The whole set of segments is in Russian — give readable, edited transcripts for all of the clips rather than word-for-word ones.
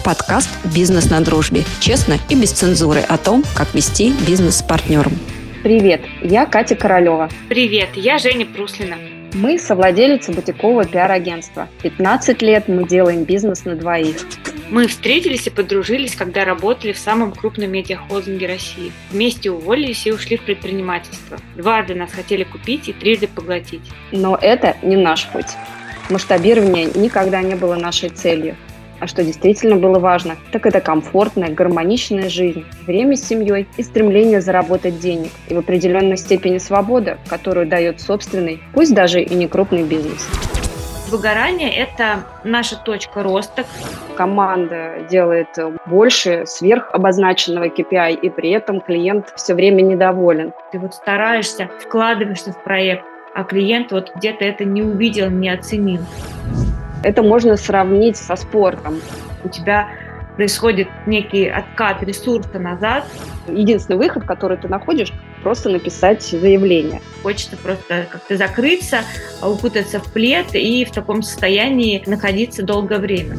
Подкаст «Бизнес на дружбе». Честно и без цензуры о том, как вести бизнес с партнером. Привет, я Катя Королева. Привет, я Женя Пруслина. Мы совладелицы бутикового пиар-агентства. 15 лет мы делаем бизнес на двоих. Мы встретились и подружились, когда работали в самом крупном медиахолдинге России. Вместе уволились и ушли в предпринимательство. Дважды нас хотели купить и трижды поглотить. Но это не наш путь. Масштабирование никогда не было нашей целью. А что действительно было важно, так это комфортная, гармоничная жизнь, время с семьей и стремление заработать денег. И в определенной степени свобода, которую дает собственный, пусть даже и не крупный бизнес. Выгорание – это наша точка роста. Команда делает больше сверх обозначенного KPI, и при этом клиент все время недоволен. Ты стараешься, вкладываешься в проект, а клиент где-то это не увидел, не оценил. Это можно сравнить со спортом. У тебя происходит некий откат ресурса назад. Единственный выход, который ты находишь, просто написать заявление. Хочется просто как-то закрыться, укутаться в плед и в таком состоянии находиться долгое время.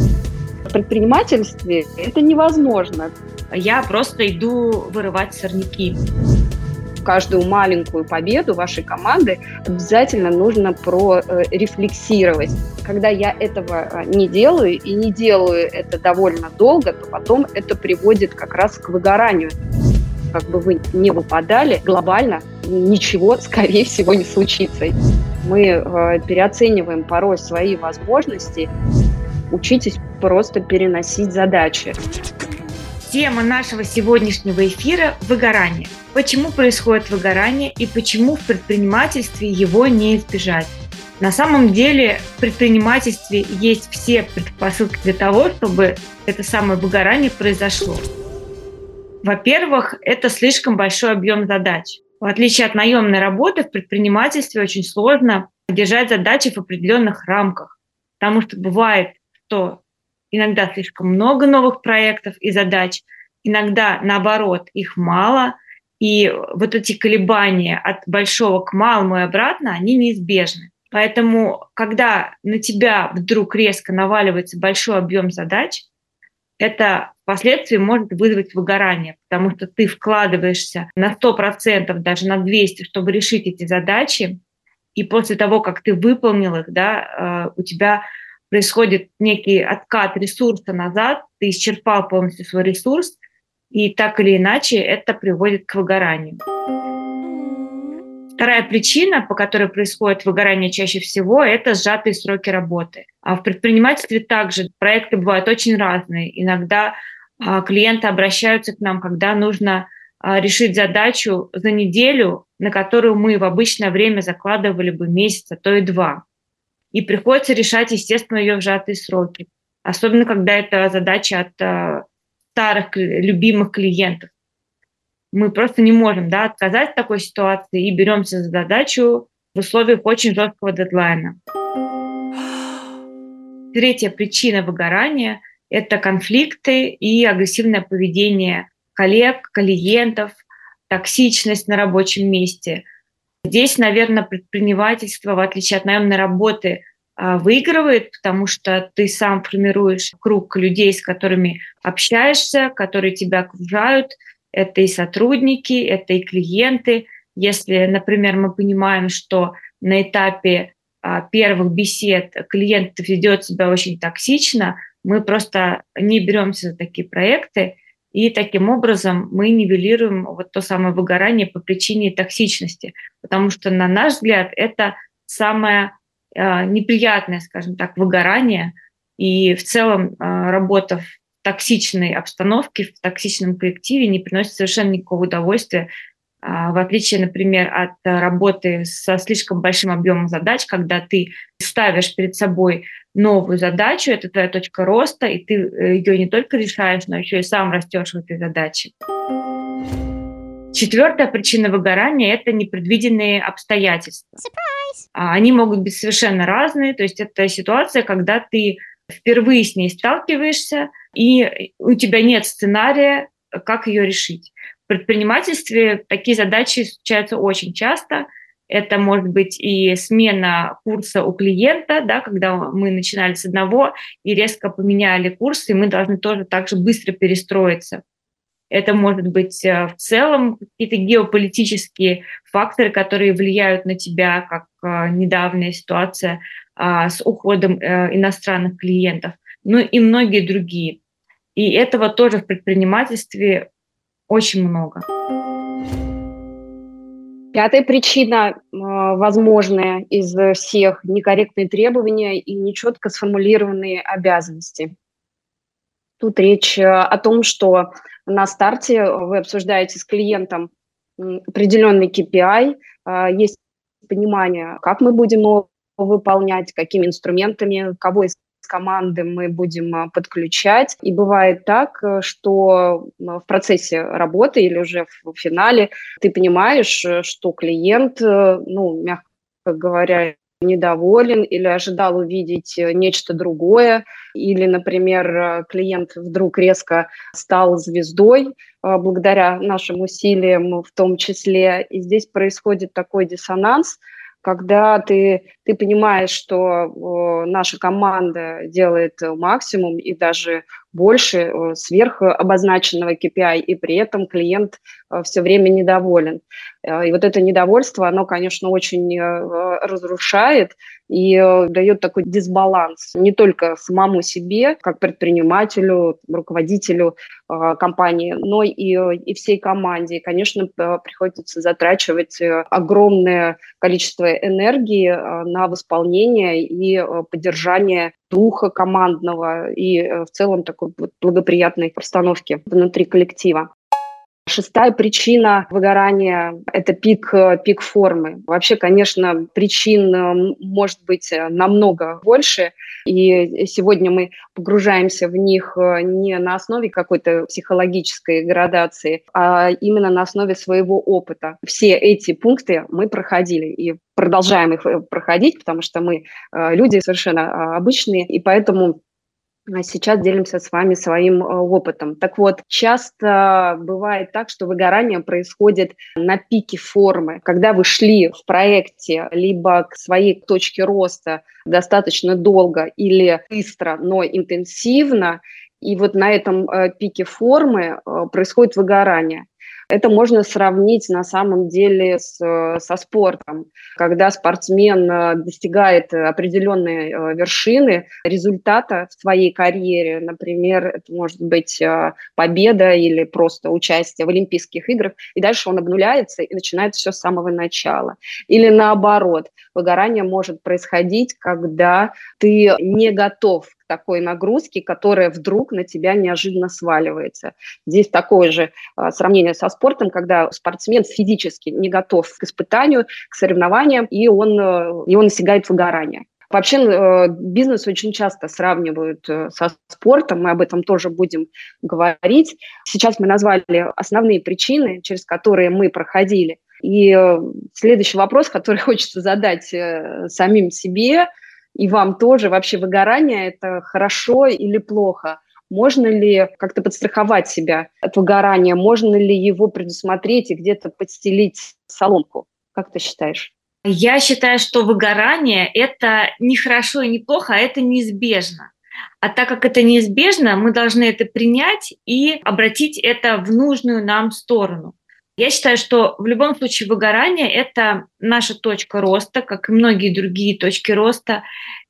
В предпринимательстве это невозможно. Я просто иду вырывать сорняки. Каждую маленькую победу вашей команды обязательно нужно прорефлексировать. Когда я этого не делаю и не делаю это довольно долго, то потом это приводит как раз к выгоранию. Как бы вы не выпадали, глобально ничего, скорее всего, не случится. Мы переоцениваем порой свои возможности. Учитесь просто переносить задачи. Тема нашего сегодняшнего эфира – выгорание. Почему происходит выгорание и почему в предпринимательстве его не избежать? На самом деле в предпринимательстве есть все предпосылки для того, чтобы это самое выгорание произошло. Во-первых, это слишком большой объем задач. В отличие от наемной работы, в предпринимательстве очень сложно держать задачи в определенных рамках, потому что бывает, что иногда слишком много новых проектов и задач, иногда, наоборот, их мало, и эти колебания от большого к малому и обратно, они неизбежны. Поэтому, когда на тебя вдруг резко наваливается большой объем задач, это впоследствии может вызвать выгорание, потому что ты вкладываешься на 100%, даже на 200%, чтобы решить эти задачи, и после того, как ты выполнил их, у тебя происходит некий откат ресурса назад, ты исчерпал полностью свой ресурс, и так или иначе это приводит к выгоранию. Вторая причина, по которой происходит выгорание чаще всего, это сжатые сроки работы. А в предпринимательстве также проекты бывают очень разные. Иногда клиенты обращаются к нам, когда нужно решить задачу за неделю, на которую мы в обычное время закладывали бы месяц, а то и 2. И приходится решать, естественно, ее в сжатые сроки. Особенно, когда это задача от старых, любимых клиентов. Мы просто не можем отказать в такой ситуации и беремся за задачу в условиях очень жесткого дедлайна. Третья причина выгорания – это конфликты и агрессивное поведение коллег, клиентов, токсичность на рабочем месте. Здесь, наверное, предпринимательство, в отличие от наемной работы, выигрывает, потому что ты сам формируешь круг людей, с которыми общаешься, которые тебя окружают. Это и сотрудники, это и клиенты. Если, например, мы понимаем, что на этапе первых бесед клиент ведет себя очень токсично, мы просто не беремся за такие проекты, и таким образом мы нивелируем то самое выгорание по причине токсичности, потому что, на наш взгляд, это самое неприятное, скажем так, выгорание, и в целом работа в токсичной обстановке, в токсичном коллективе не приносит совершенно никакого удовольствия, в отличие, например, от работы со слишком большим объемом задач, когда ты ставишь перед собой новую задачу, это твоя точка роста, и ты ее не только решаешь, но еще и сам растешь в этой задаче. Четвертая причина выгорания – это непредвиденные обстоятельства. Surprise! Они могут быть совершенно разные, то есть это ситуация, когда ты впервые с ней сталкиваешься, и у тебя нет сценария, как ее решить. В предпринимательстве такие задачи случаются очень часто, Это может быть и смена курса у клиента, да, когда мы начинали с одного и резко поменяли курс, и мы должны тоже так же быстро перестроиться. Это может быть в целом какие-то геополитические факторы, которые влияют на тебя, как недавняя ситуация с уходом иностранных клиентов, ну и многие другие. И этого тоже в предпринимательстве очень много. Пятая причина, возможная из всех, некорректные требования и нечетко сформулированные обязанности. Тут речь о том, что на старте вы обсуждаете с клиентом определенный KPI, есть понимание, как мы будем его выполнять, какими инструментами, кого из команды мы будем подключать. И бывает так, что в процессе работы или уже в финале ты понимаешь, что клиент, мягко говоря, недоволен или ожидал увидеть нечто другое, или, например, клиент вдруг резко стал звездой благодаря нашим усилиям в том числе. И здесь происходит такой диссонанс, когда ты понимаешь, что наша команда делает максимум и даже больше сверх обозначенного KPI, и при этом клиент все время недоволен. И вот это недовольство, оно, конечно, очень разрушает и дает такой дисбаланс не только самому себе, как предпринимателю, руководителю компании, но и всей команде. И, конечно, приходится затрачивать огромное количество энергии на восполнение и поддержание духа командного и в целом такой вот благоприятной обстановки внутри коллектива. Шестая причина выгорания – это пик формы. Вообще, конечно, причин может быть намного больше, и сегодня мы погружаемся в них не на основе какой-то психологической градации, а именно на основе своего опыта. Все эти пункты мы проходили и продолжаем их проходить, потому что мы люди совершенно обычные, и поэтому сейчас делимся с вами своим опытом. Так вот, часто бывает так, что выгорание происходит на пике формы, когда вы шли в проекте либо к своей точке роста достаточно долго или быстро, но интенсивно, и вот на этом пике формы происходит выгорание. Это можно сравнить на самом деле со спортом. Когда спортсмен достигает определенной вершины результата в своей карьере, например, это может быть победа или просто участие в Олимпийских играх, и дальше он обнуляется и начинает все с самого начала. Или наоборот, выгорание может происходить, когда ты не готов к такой нагрузке, которая вдруг на тебя неожиданно сваливается. Здесь такое же сравнение со спортом, когда спортсмен физически не готов к испытанию, к соревнованиям, и он настигает выгорание. Вообще бизнес очень часто сравнивают со спортом, мы об этом тоже будем говорить. Сейчас мы назвали основные причины, через которые мы проходили. И следующий вопрос, который хочется задать самим себе и вам тоже, вообще выгорание – это хорошо или плохо? Можно ли как-то подстраховать себя от выгорания? Можно ли его предусмотреть и где-то подстелить соломку? Как ты считаешь? Я считаю, что выгорание – это не хорошо и не плохо, а это неизбежно. А так как это неизбежно, мы должны это принять и обратить это в нужную нам сторону. Я считаю, что в любом случае выгорание – это наша точка роста, как и многие другие точки роста.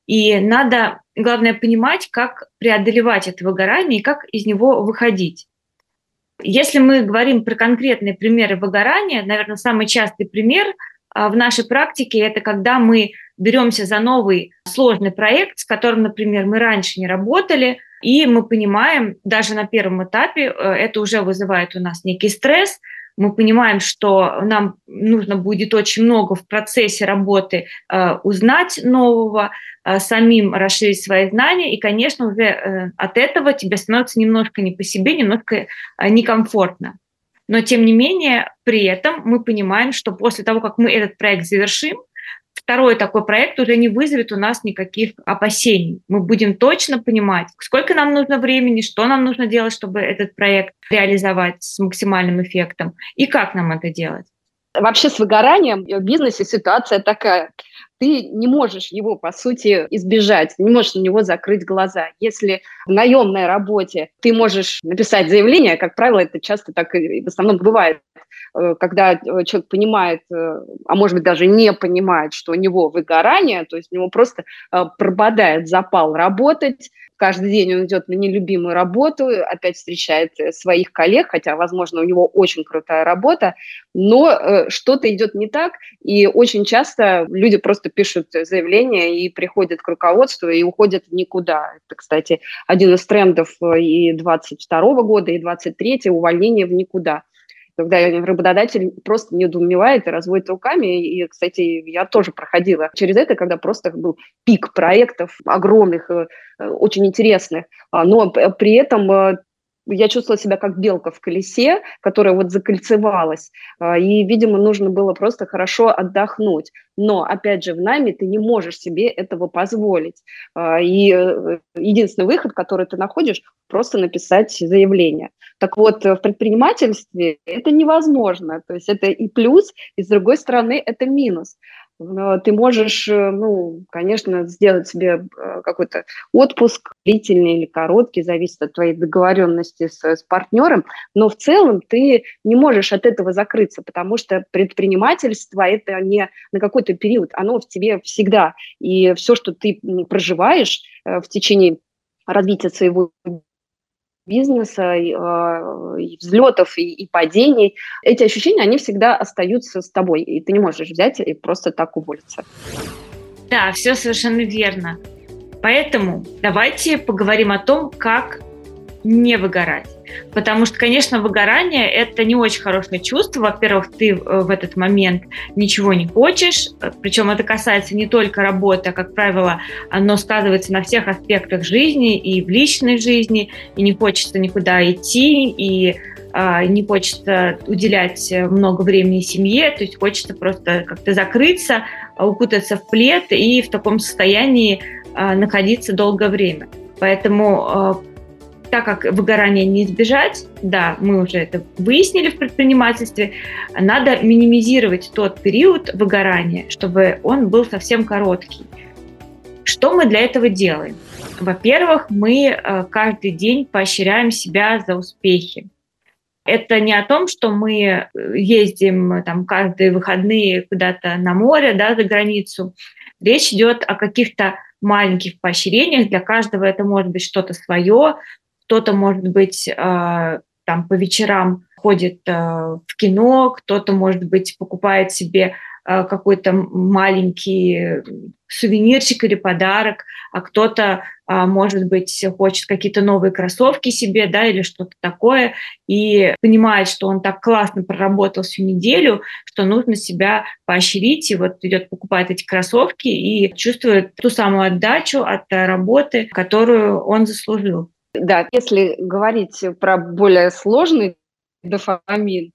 И надо, главное, понимать, как преодолевать это выгорание и как из него выходить. Если мы говорим про конкретные примеры выгорания, наверное, самый частый пример в нашей практике – это когда мы беремся за новый сложный проект, с которым, например, мы раньше не работали, и мы понимаем, даже на первом этапе это уже вызывает у нас некий стресс. Мы понимаем, что нам нужно будет очень много в процессе работы узнать нового, самим расширить свои знания, и, конечно, уже от этого тебе становится немножко не по себе, немножко некомфортно. Но, тем не менее, при этом мы понимаем, что после того, как мы этот проект завершим, второй такой проект уже не вызовет у нас никаких опасений. Мы будем точно понимать, сколько нам нужно времени, что нам нужно делать, чтобы этот проект реализовать с максимальным эффектом, и как нам это делать. Вообще с выгоранием в бизнесе ситуация такая. Ты не можешь его, по сути, избежать, не можешь на него закрыть глаза. Если в наемной работе ты можешь написать заявление, как правило, это часто так и в основном бывает, когда человек понимает, а может быть даже не понимает, что у него выгорание, то есть у него просто пропадает запал работать, каждый день он идет на нелюбимую работу, опять встречает своих коллег, хотя, возможно, у него очень крутая работа, но что-то идет не так, и очень часто люди просто пишут заявление и приходят к руководству и уходят в никуда. Это, кстати, один из трендов и 22 года, и 23-го увольнение в никуда. Когда работодатель просто недоумевает и разводит руками. И, кстати, я тоже проходила через это, когда просто был пик проектов огромных, очень интересных. Но при этом я чувствовала себя как белка в колесе, которая вот закольцевалась. И, видимо, нужно было просто хорошо отдохнуть. Но, опять же, в найме ты не можешь себе этого позволить. И единственный выход, который ты находишь, просто написать заявление. Так вот, в предпринимательстве это невозможно. То есть это и плюс, и с другой стороны это минус. Ты можешь, конечно, сделать себе какой-то отпуск, длительный или короткий, зависит от твоей договоренности с партнером, но в целом ты не можешь от этого закрыться, потому что предпринимательство – это не на какой-то период, оно в тебе всегда. И все, что ты проживаешь в течение развития своего бизнеса, и взлетов, и падений. Эти ощущения, они всегда остаются с тобой, и ты не можешь взять и просто так уволиться. Да, все совершенно верно. Поэтому давайте поговорим о том, как не выгорать. Потому что, конечно, выгорание – это не очень хорошее чувство. Во-первых, ты в этот момент ничего не хочешь, причем это касается не только работы, а, как правило, оно сказывается на всех аспектах жизни, и в личной жизни, и не хочется никуда идти, и не хочется уделять много времени семье, то есть хочется просто как-то закрыться, укутаться в плед и в таком состоянии находиться долгое время. Поэтому так как выгорания не избежать, да, мы уже это выяснили в предпринимательстве, надо минимизировать тот период выгорания, чтобы он был совсем короткий. Что мы для этого делаем? Во-первых, мы каждый день поощряем себя за успехи. Это не о том, что мы ездим там, каждые выходные куда-то на море, да, за границу. Речь идет о каких-то маленьких поощрениях. Для каждого это может быть что-то свое. Кто-то, может быть, там по вечерам ходит в кино, кто-то, может быть, покупает себе какой-то маленький сувенирчик или подарок, а кто-то, может быть, хочет какие-то новые кроссовки себе, да, или что-то такое, и понимает, что он так классно проработал всю неделю, что нужно себя поощрить, и вот идет покупать эти кроссовки и чувствует ту самую отдачу от работы, которую он заслужил. Да, если говорить про более сложный дофамин,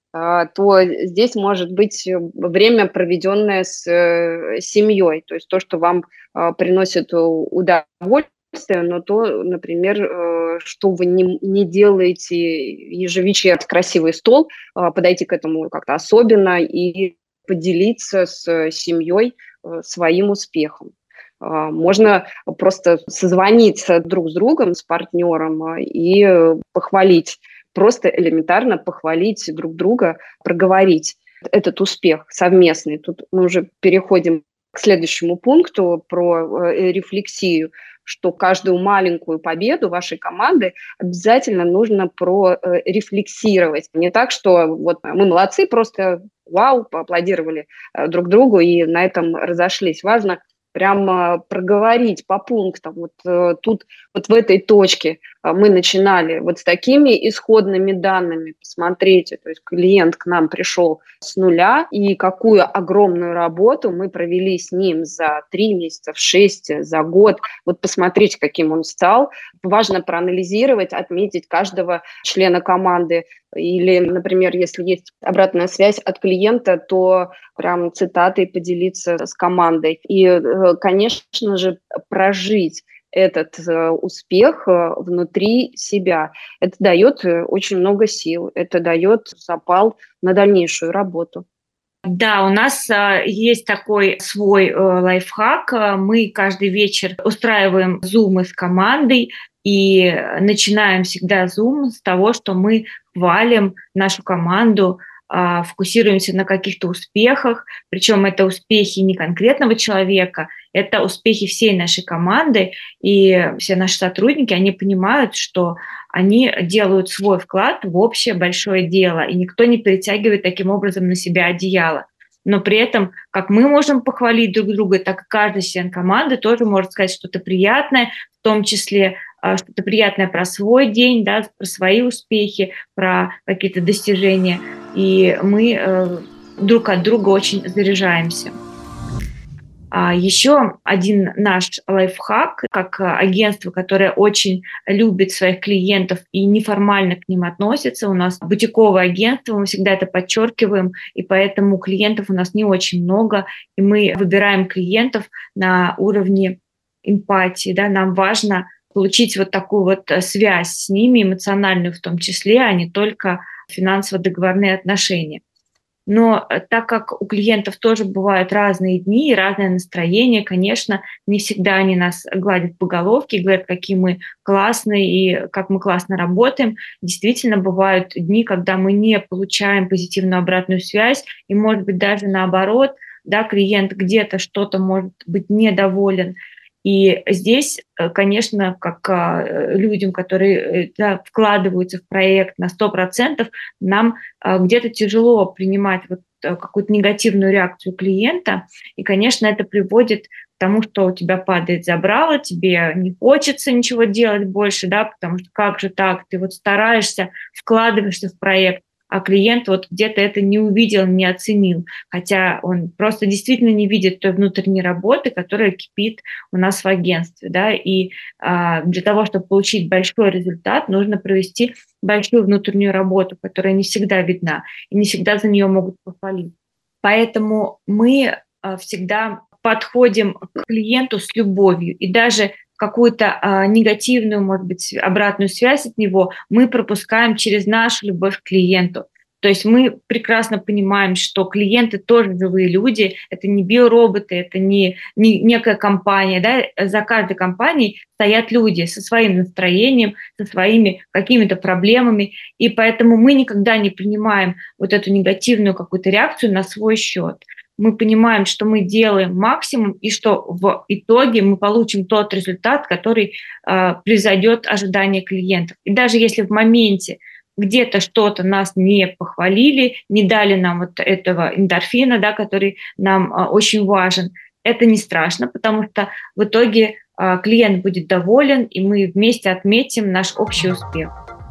то здесь может быть время, проведенное с семьей, то есть то, что вам приносит удовольствие, но то, например, что вы не делаете ежевечерний красивый стол, подойти к этому как-то особенно и поделиться с семьей своим успехом. Можно просто созвониться друг с другом, с партнером и похвалить, просто элементарно похвалить друг друга, проговорить этот успех совместный. Тут мы уже переходим к следующему пункту про рефлексию, что каждую маленькую победу вашей команды обязательно нужно прорефлексировать. Не так, что вот мы молодцы, просто вау, поаплодировали друг другу и на этом разошлись. Важно прям проговорить по пунктам. Вот тут, вот в этой точке мы начинали вот с такими исходными данными. Посмотрите, то есть клиент к нам пришел с нуля, и какую огромную работу мы провели с ним за 3 месяца, в 6, за год. Вот посмотрите, каким он стал. Важно проанализировать, отметить каждого члена команды. Или, например, если есть обратная связь от клиента, то прям цитатой поделиться с командой. И, конечно же, прожить этот успех внутри себя. Это дает очень много сил, это дает запал на дальнейшую работу. Да, у нас есть такой свой лайфхак. Мы каждый вечер устраиваем зумы с командой и начинаем всегда зум с того, что мы хвалим нашу команду, фокусируемся на каких-то успехах, причем это успехи не конкретного человека, это успехи всей нашей команды, и все наши сотрудники, они понимают, что они делают свой вклад в общее большое дело, и никто не перетягивает таким образом на себя одеяло. Но при этом, как мы можем похвалить друг друга, так и каждый член команды тоже может сказать что-то приятное, в том числе что-то приятное про свой день, да, про свои успехи, про какие-то достижения. И мы друг от друга очень заряжаемся. Еще один наш лайфхак, как агентство, которое очень любит своих клиентов и неформально к ним относится. У нас бутиковое агентство, мы всегда это подчеркиваем, и поэтому клиентов у нас не очень много, и мы выбираем клиентов на уровне эмпатии. Да? Нам важно получить вот такую вот связь с ними, эмоциональную в том числе, а не только финансово-договорные отношения. Но так как у клиентов тоже бывают разные дни и разное настроение, конечно, не всегда они нас гладят по головке и говорят, какие мы классные и как мы классно работаем. Действительно, бывают дни, когда мы не получаем позитивную обратную связь, и, может быть, даже наоборот, да, клиент где-то что-то может быть недоволен. И здесь, конечно, как людям, которые вкладываются в проект на 100%, нам где-то тяжело принимать вот какую-то негативную реакцию клиента. И, конечно, это приводит к тому, что у тебя падает забрало, тебе не хочется ничего делать больше, да, потому что как же так, ты вот стараешься, вкладываешься в проект, а клиент вот где-то это не увидел, не оценил, хотя он просто действительно не видит той внутренней работы, которая кипит у нас в агентстве, да, и для того, чтобы получить большой результат, нужно провести большую внутреннюю работу, которая не всегда видна, и не всегда за нее могут похвалить. Поэтому мы всегда подходим к клиенту с любовью, и даже какую-то негативную, может быть, обратную связь от него мы пропускаем через нашу любовь к клиенту. То есть мы прекрасно понимаем, что клиенты тоже живые люди, это не биороботы, это не некая компания. Да? За каждой компанией стоят люди со своим настроением, со своими какими-то проблемами, и поэтому мы никогда не принимаем вот эту негативную какую-то реакцию на свой счет. Мы понимаем, что мы делаем максимум, и что в итоге мы получим тот результат, который превзойдет ожидания клиентов. И даже если в моменте где-то что-то нас не похвалили, не дали нам вот этого эндорфина, да, который нам очень важен, это не страшно, потому что в итоге клиент будет доволен, и мы вместе отметим наш общий успех.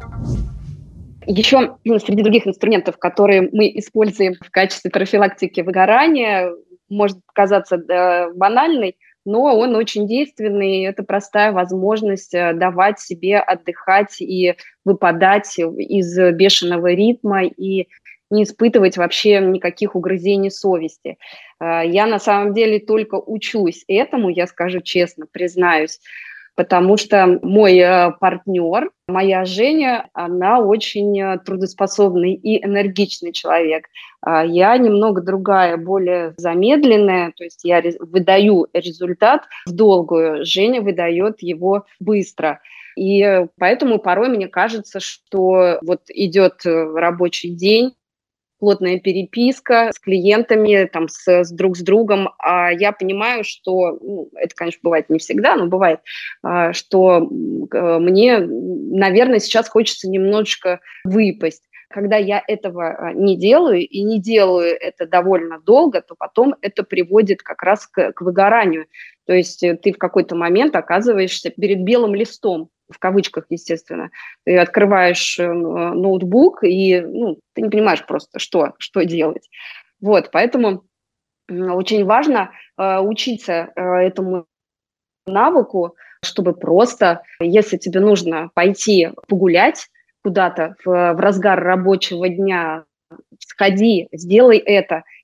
Еще среди других инструментов, которые мы используем в качестве профилактики выгорания, может казаться банальной, но он очень действенный. Это простая возможность давать себе отдыхать и выпадать из бешеного ритма и не испытывать вообще никаких угрызений совести. Я на самом деле только учусь этому, я скажу честно, признаюсь, потому что мой партнер, моя Женя, она очень трудоспособный и энергичный человек. Я немного другая, более замедленная, то есть я выдаю результат в долгую, Женя выдает его быстро. И поэтому порой мне кажется, что вот идет рабочий день, плотная переписка с клиентами, там, друг с другом, а я понимаю, что, это, конечно, бывает не всегда, но бывает, что мне, наверное, сейчас хочется немножечко выпасть. Когда я этого не делаю, и не делаю это довольно долго, то потом это приводит как раз к выгоранию. То есть ты в какой-то момент оказываешься перед белым листом, в кавычках, естественно. Ты открываешь ноутбук, и ты не понимаешь просто, что делать. Вот, поэтому очень важно учиться этому навыку, чтобы просто, если тебе нужно пойти погулять куда-то в разгар рабочего дня, сходи, сделай это,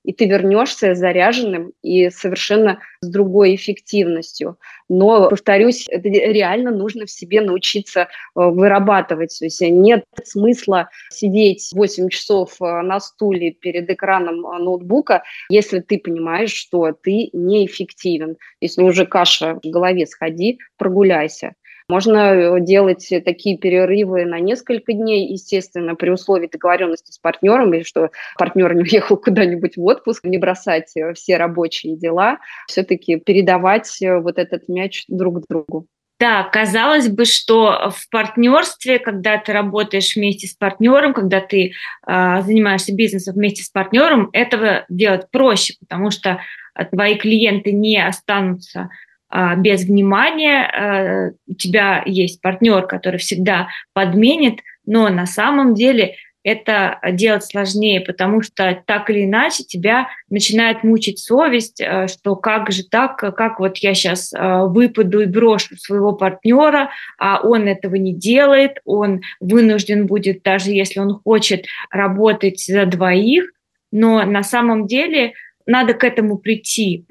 и ты вернешься заряженным и совершенно с другой эффективностью. Но, повторюсь, это реально нужно в себе научиться вырабатывать. То есть нет смысла сидеть 8 часов на стуле перед экраном ноутбука, если ты понимаешь, что ты неэффективен. Если уже каша в голове, сходи, прогуляйся. Можно делать такие перерывы на несколько дней, естественно, при условии договоренности с партнером, или что партнер не уехал куда-нибудь в отпуск, не бросать все рабочие дела, все-таки передавать вот этот мяч друг другу. Да, казалось бы, что в партнерстве, когда ты работаешь вместе с партнером, когда ты занимаешься бизнесом вместе с партнером, этого делать проще, потому что твои клиенты не останутся без внимания. У тебя есть партнер, который всегда подменит, но на самом деле это делать сложнее, потому что так или иначе тебя начинает мучить совесть, что как же так, как вот я сейчас выпаду и брошу своего партнера, а он этого не делает, он вынужден будет, даже если он хочет, работать за двоих, но на самом деле надо к этому прийти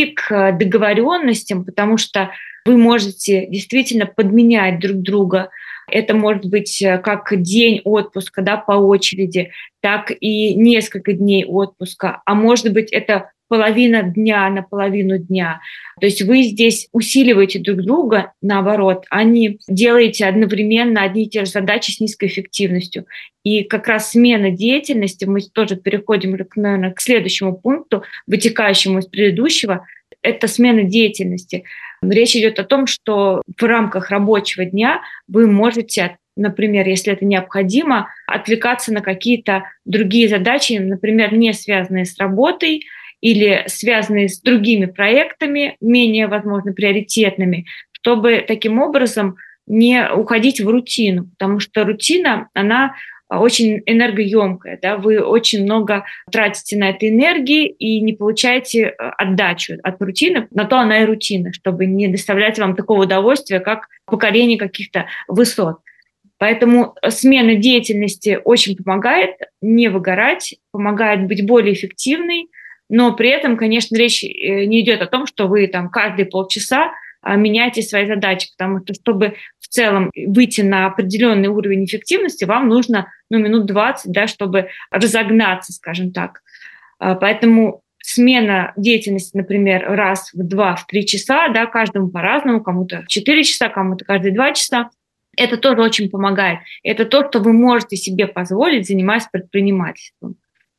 к договоренностям, потому что вы можете действительно подменять друг друга. Это может быть как день отпуска, да, по очереди, так и несколько дней отпуска, а может быть это половина дня на половину дня. То есть вы здесь усиливаете друг друга, наоборот, а не делаете одновременно одни и те же задачи с низкой эффективностью. И как раз смена деятельности, мы тоже переходим, наверное, к следующему пункту, вытекающему из предыдущего, это смена деятельности. Речь идет о том, что в рамках рабочего дня вы можете, например, если это необходимо, отвлекаться на какие-то другие задачи, например, не связанные с работой или связанные с другими проектами, менее, возможно, приоритетными, чтобы таким образом не уходить в рутину, потому что рутина, она очень энергоемкая, да, вы очень много тратите на это энергии и не получаете отдачу от рутины, на то она и рутина, чтобы не доставлять вам такого удовольствия, как покорение каких-то высот. Поэтому смена деятельности очень помогает не выгорать, помогает быть более эффективной, но при этом, конечно, речь не идет о том, что вы там каждые полчаса меняйте свои задачи, потому что, чтобы в целом выйти на определенный уровень эффективности, вам нужно минут 20, да, чтобы разогнаться, скажем так. Поэтому смена деятельности, например, раз в 2-3 часа, да, каждому по-разному, кому-то в 4 часа, кому-то каждые 2 часа, это тоже очень помогает. Это то, что вы можете себе позволить, занимаясь предпринимательством.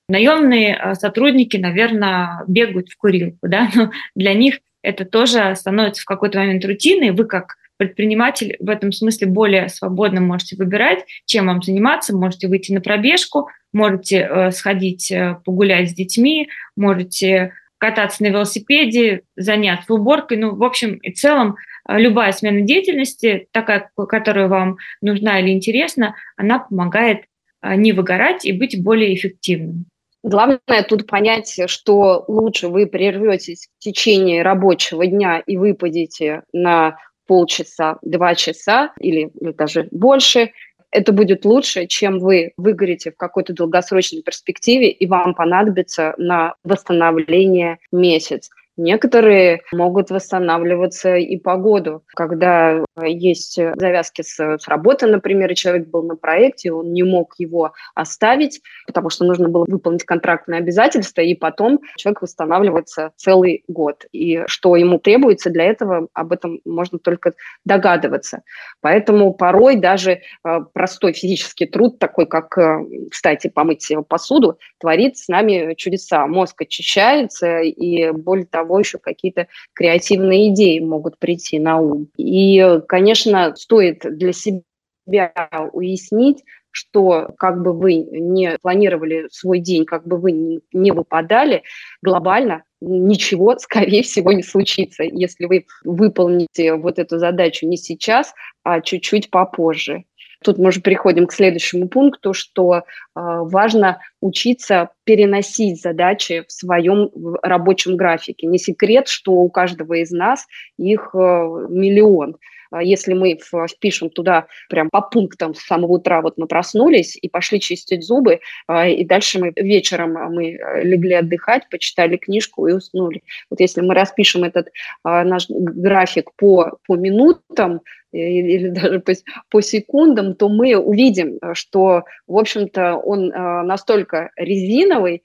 Наемные сотрудники, наверное, бегают в курилку, да, но для них это тоже становится в какой-то момент рутиной. Вы как предприниматель в этом смысле более свободно можете выбирать, чем вам заниматься. Можете выйти на пробежку, можете сходить погулять с детьми, можете кататься на велосипеде, заняться уборкой. Ну, в общем и целом, любая смена деятельности, такая, которая вам нужна или интересна, она помогает не выгорать и быть более эффективным. Главное тут понять, что лучше вы прерветесь в течение рабочего дня и выпадете на полчаса, 2 часа или даже больше. Это будет лучше, чем вы выгорите в какой-то долгосрочной перспективе и вам понадобится на восстановление месяц. Некоторые могут восстанавливаться и по году, когда есть завязки с работы, например, и человек был на проекте, он не мог его оставить, потому что нужно было выполнить контрактные обязательства, и потом человек восстанавливается целый год. И что ему требуется для этого, об этом можно только догадываться. Поэтому порой даже простой физический труд, такой как, кстати, помыть посуду, творит с нами чудеса. Мозг очищается, и более того, еще какие-то креативные идеи могут прийти на ум. И, конечно, стоит для себя уяснить, что как бы вы не планировали свой день, как бы вы не выпадали, глобально ничего, скорее всего, не случится, если вы выполните вот эту задачу не сейчас, а чуть-чуть попозже. Тут мы уже переходим к следующему пункту, что важно учиться переносить задачи в своем рабочем графике. Не секрет, что у каждого из нас их миллион. Если мы впишем туда прям по пунктам с самого утра, вот мы проснулись и пошли чистить зубы, и дальше мы легли отдыхать, почитали книжку и уснули. Вот если мы распишем этот наш график по минутам или даже по секундам, то мы увидим, что, в общем-то, он настолько резиновый,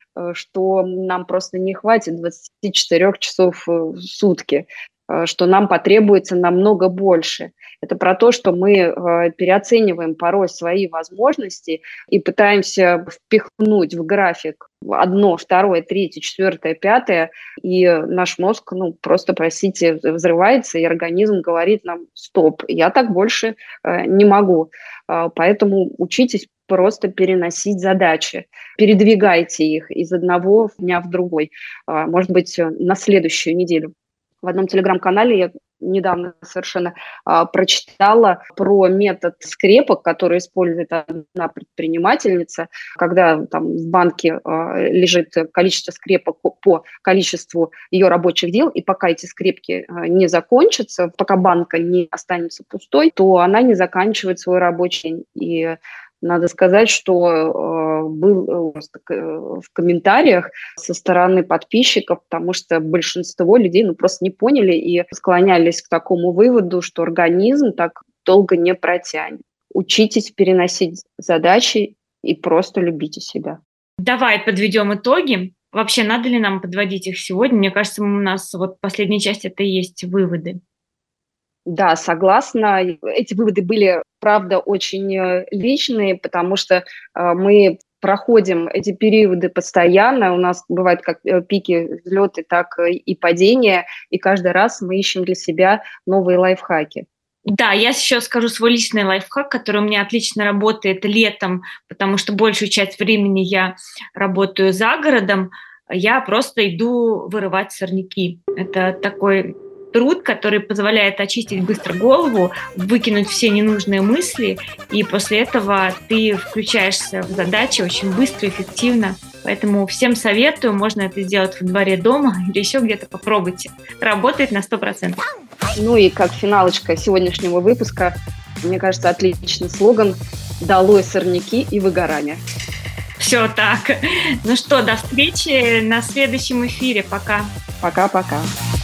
что нам просто не хватит 24 часов в сутки, что нам потребуется намного больше. Это про то, что мы переоцениваем порой свои возможности и пытаемся впихнуть в график 1, 2, 3, 4, 5, и наш мозг, просто, простите, взрывается, и организм говорит нам: стоп, я так больше не могу. Поэтому учитесь просто переносить задачи, передвигайте их из одного дня в другой, может быть, на следующую неделю. В одном телеграм-канале я недавно совершенно прочитала про метод скрепок, который использует одна предпринимательница, когда там в банке лежит количество скрепок по количеству ее рабочих дел, и пока эти скрепки не закончатся, пока банка не останется пустой, то она не заканчивает свой рабочий день. И надо сказать, что был в комментариях со стороны подписчиков, потому что большинство людей просто не поняли и склонялись к такому выводу, что организм так долго не протянет. Учитесь переносить задачи и просто любите себя. Давай подведем итоги. Вообще, надо ли нам подводить их сегодня? Мне кажется, у нас вот последняя часть — это и есть выводы. Да, согласна. Эти выводы были, правда, очень личные, потому что мы проходим эти периоды постоянно. У нас бывают как пики, взлеты, так и падения. И каждый раз мы ищем для себя новые лайфхаки. Да, я еще скажу свой личный лайфхак, который у меня отлично работает летом, потому что большую часть времени я работаю за городом. Я просто иду вырывать сорняки. Это такой труд, который позволяет очистить быстро голову, выкинуть все ненужные мысли, и после этого ты включаешься в задачи очень быстро, эффективно. Поэтому всем советую, можно это сделать во дворе дома или еще где-то, попробуйте. Работает на 100%. Ну и как финалочка сегодняшнего выпуска, мне кажется, отличный слоган: «Долой сорняки и выгорание». Все так. Ну что, до встречи на следующем эфире. Пока. Пока-пока.